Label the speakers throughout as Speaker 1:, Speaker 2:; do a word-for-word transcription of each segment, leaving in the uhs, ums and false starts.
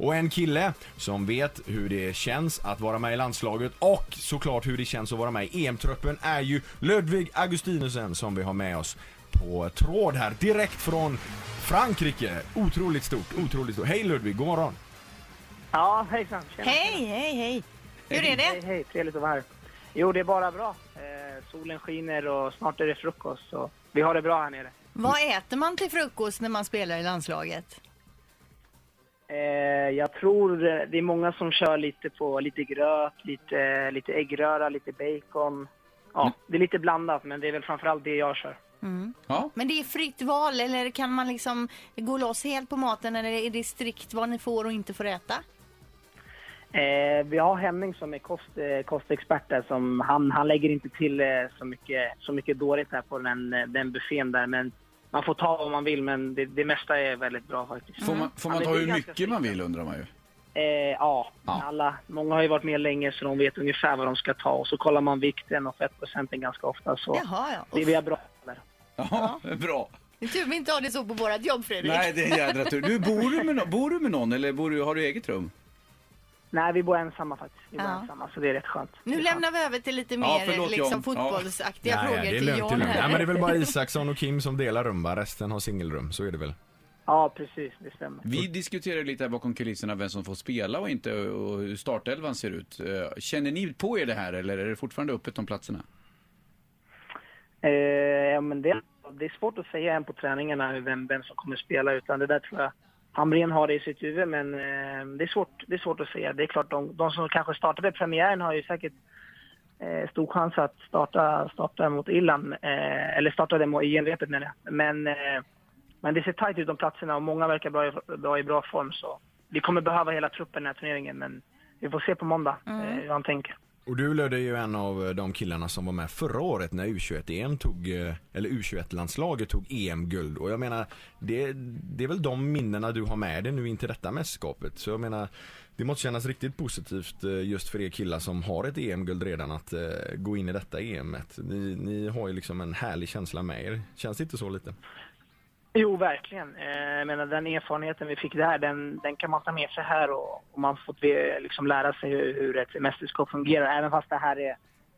Speaker 1: Och en kille som vet hur det känns att vara med i landslaget och såklart hur det känns att vara med i E M-truppen är ju Ludvig Augustinussen som vi har med oss på tråd här direkt från Frankrike. Otroligt stort, otroligt stort. Hej Ludvig, god morgon.
Speaker 2: Ja, hejsan.
Speaker 3: Hej, hej, hej. Hur är det?
Speaker 2: Hej, hej, trevligt att vara här. Jo, det är bara bra. Eh, solen skiner och snart är det frukost. Så vi har det bra här nere.
Speaker 3: Vad äter man till frukost när man spelar i landslaget?
Speaker 2: Eh, jag tror det är många som kör lite på lite gröt, lite, lite äggröra, lite bacon. Ja, mm. Det är lite blandat, men det är väl framförallt det jag kör.
Speaker 3: Mm. Ja. Men det är fritt val, eller kan man liksom gå loss helt på maten, eller är det strikt vad ni får och inte får äta?
Speaker 2: Eh, vi har Henning som är kost, eh, kostexpert som han, han lägger inte till eh, så mycket så mycket dåligt här på den, den buffén där, men man får ta vad man vill, men det, det mesta är väldigt bra faktiskt.
Speaker 4: Mm. Får man, får man ta hur mycket strikt man vill, undrar man ju.
Speaker 2: Eh, ja, ja. Alla, många har ju varit med länge så de vet ungefär vad de ska ta, och så kollar man vikten och fettprocenten ganska ofta, så
Speaker 3: Jaha, ja.
Speaker 2: det är vi bra där.
Speaker 4: Ja, bra.
Speaker 3: Det är tur vi inte har det så på vårat jobb, Fredrik.
Speaker 4: Nej, det är en jädra tur. Du, bor du med, no- bor du med någon eller bor du, har du eget rum?
Speaker 2: Nej, vi bor ensamma faktiskt. Vi bor
Speaker 3: Ja.
Speaker 2: ensamma, så det är rätt skönt.
Speaker 3: Nu
Speaker 2: är
Speaker 3: lämnar
Speaker 2: skönt.
Speaker 3: vi över till lite mer
Speaker 4: Ja, förlåt,
Speaker 3: liksom,
Speaker 4: John.
Speaker 3: fotbollsaktiga
Speaker 1: Ja,
Speaker 3: frågor
Speaker 1: ja, det är
Speaker 3: till
Speaker 1: lugnt,
Speaker 3: John
Speaker 1: det är lugnt.
Speaker 3: här.
Speaker 1: Nej, men det är väl bara Isaksson och Kim som delar rum, va? Resten har singelrum, så är det väl?
Speaker 2: Ja, precis, det stämmer.
Speaker 4: Vi diskuterar lite här bakom kulisserna vem som får spela och inte, och hur startelvan ser ut. Känner ni på er det här, eller är det fortfarande öppet om platserna?
Speaker 2: Eh, ja, men det, det är svårt att säga än på träningarna vem, vem som kommer spela, utan det där tror jag Hamrén har det i sitt huvud, men eh, det, är svårt, det är svårt att säga. Det är klart, de, de som kanske startade premiären har ju säkert eh, stor chans att starta, starta mot Irland, eh, eller starta mot i genrepet med det. Men, eh, men det ser tajt ut om platserna och många verkar bra, bra i bra form, så vi kommer behöva hela truppen i den här turneringen, men vi får se på måndag mm. eh, hur han tänker.
Speaker 1: Och du lödde ju en av de killarna som var med förra året när U tjugoett-E M tog, eller U tjugoett-landslaget tog E M-guld. Och jag menar, det, det är väl de minnena du har med dig nu in till detta mästerskapet. Så jag menar, det måste kännas riktigt positivt just för er killar som har ett E M-guld redan att uh, gå in i detta E M-et. Ni, ni har ju liksom en härlig känsla med er. Känns det inte så lite?
Speaker 2: Jo, verkligen. Jag menar, den erfarenheten vi fick där, den, den kan man ta med sig här, och, och man får liksom lära sig hur, hur ett mästerskap fungerar, även fast det här är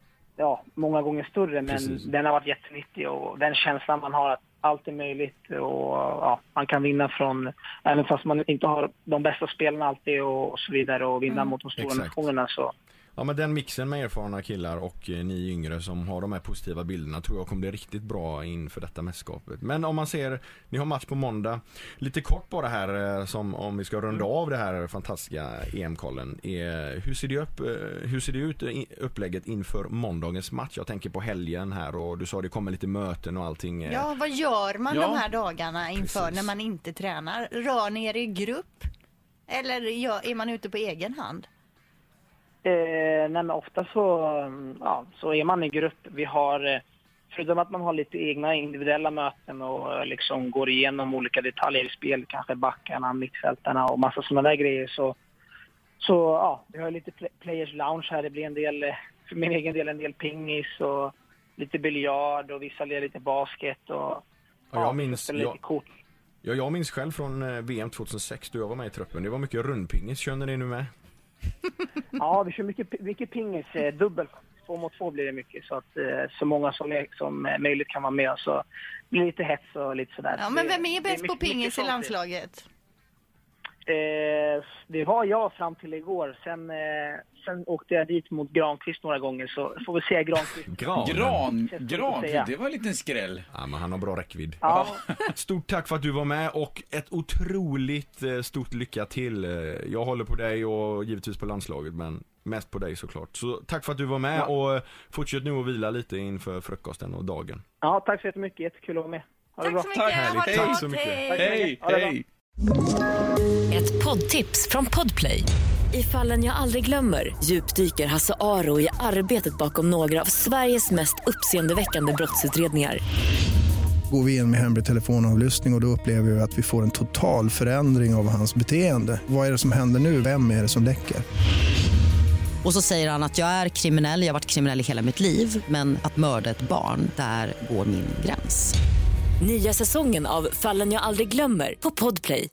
Speaker 2: ja, många gånger större, men Precis. Den har varit jättenyttig, och den känslan man har att allt är möjligt, och ja, man kan vinna från, även fast man inte har de bästa spelarna alltid och, och så vidare, och vinna mm. mot de stora nationerna, så.
Speaker 1: Ja, men den mixen med erfarna killar och eh, ni yngre som har de här positiva bilderna tror jag kommer bli riktigt bra inför detta mästerskapet. Men om man ser, ni har match på måndag. Lite kort bara här, eh, som om vi ska runda av det här fantastiska E M-kollen. Eh, hur ser det upp, eh, hur ser det ut i, upplägget inför måndagens match? Jag tänker på helgen här, och du sa det kommer lite möten och allting. Eh.
Speaker 3: Ja, vad gör man
Speaker 4: ja.
Speaker 3: de här dagarna inför Precis. När man inte tränar? Rör ni er i grupp? Eller är man ute på egen hand?
Speaker 2: Eh, nej, men ofta så, ja, så är man i grupp. Vi har, förutom att man har lite egna individuella möten och liksom går igenom olika detaljer i spel, kanske backarna, mittfältarna och massa sådana där grejer, så, så ja, vi har lite players lounge här. Det blir en del, för min egen del, en del pingis och lite biljard, och vissa ler lite basket och ja,
Speaker 1: ja, jag minns
Speaker 2: lite
Speaker 1: jag,
Speaker 2: kort.
Speaker 1: Ja, jag minns själv från V M tjugohundrasex då jag var med i truppen. Det var mycket rundpingis. Känner ni nu med?
Speaker 2: Ja, vi kör mycket, mycket pingis, eh, dubbel. Två mot två blir det mycket, så att eh, så många som, som eh, möjligt kan vara med, så blir det lite hets och lite sådär.
Speaker 3: Ja, men vem är bäst
Speaker 2: är
Speaker 3: på
Speaker 2: mycket,
Speaker 3: pingis
Speaker 2: mycket
Speaker 3: i landslaget?
Speaker 2: Eh, det var jag fram till igår. Sen, eh, sen åkte jag dit mot Granqvist några gånger, så får vi se Granqvist.
Speaker 1: Gran,
Speaker 4: Gran, Gran det var en liten skräll.
Speaker 1: Ja, men han har bra räckvidd.
Speaker 2: Ja.
Speaker 1: Stort tack för att du var med, och ett otroligt eh, stort lycka till. Jag håller på dig och givetvis på landslaget, men mest på dig såklart. Så tack för att du var med, ja. Och fortsätt nu att vila lite inför frukosten och dagen.
Speaker 2: Ja, tack så jättemycket. Jättekul att vara med. Ha det
Speaker 3: tack
Speaker 2: bra.
Speaker 3: Så mycket.
Speaker 4: Tack,
Speaker 3: tack
Speaker 1: så mycket.
Speaker 3: Hej,
Speaker 4: hej. hej.
Speaker 5: Ett poddtips från Podplay. I Fallen jag aldrig glömmer djupdyker Hasse Aro i arbetet bakom några av Sveriges mest uppseendeväckande brottsutredningar.
Speaker 6: Går vi in med hemlig telefonavlyssning och, och då upplever vi att vi får en total förändring av hans beteende. Vad är det som händer nu? Vem är det som läcker?
Speaker 7: Och så säger han att jag är kriminell, jag har varit kriminell i hela mitt liv, men att mörda ett barn, där går min gräns.
Speaker 5: Nya säsongen av Fallen jag aldrig glömmer på Podplay.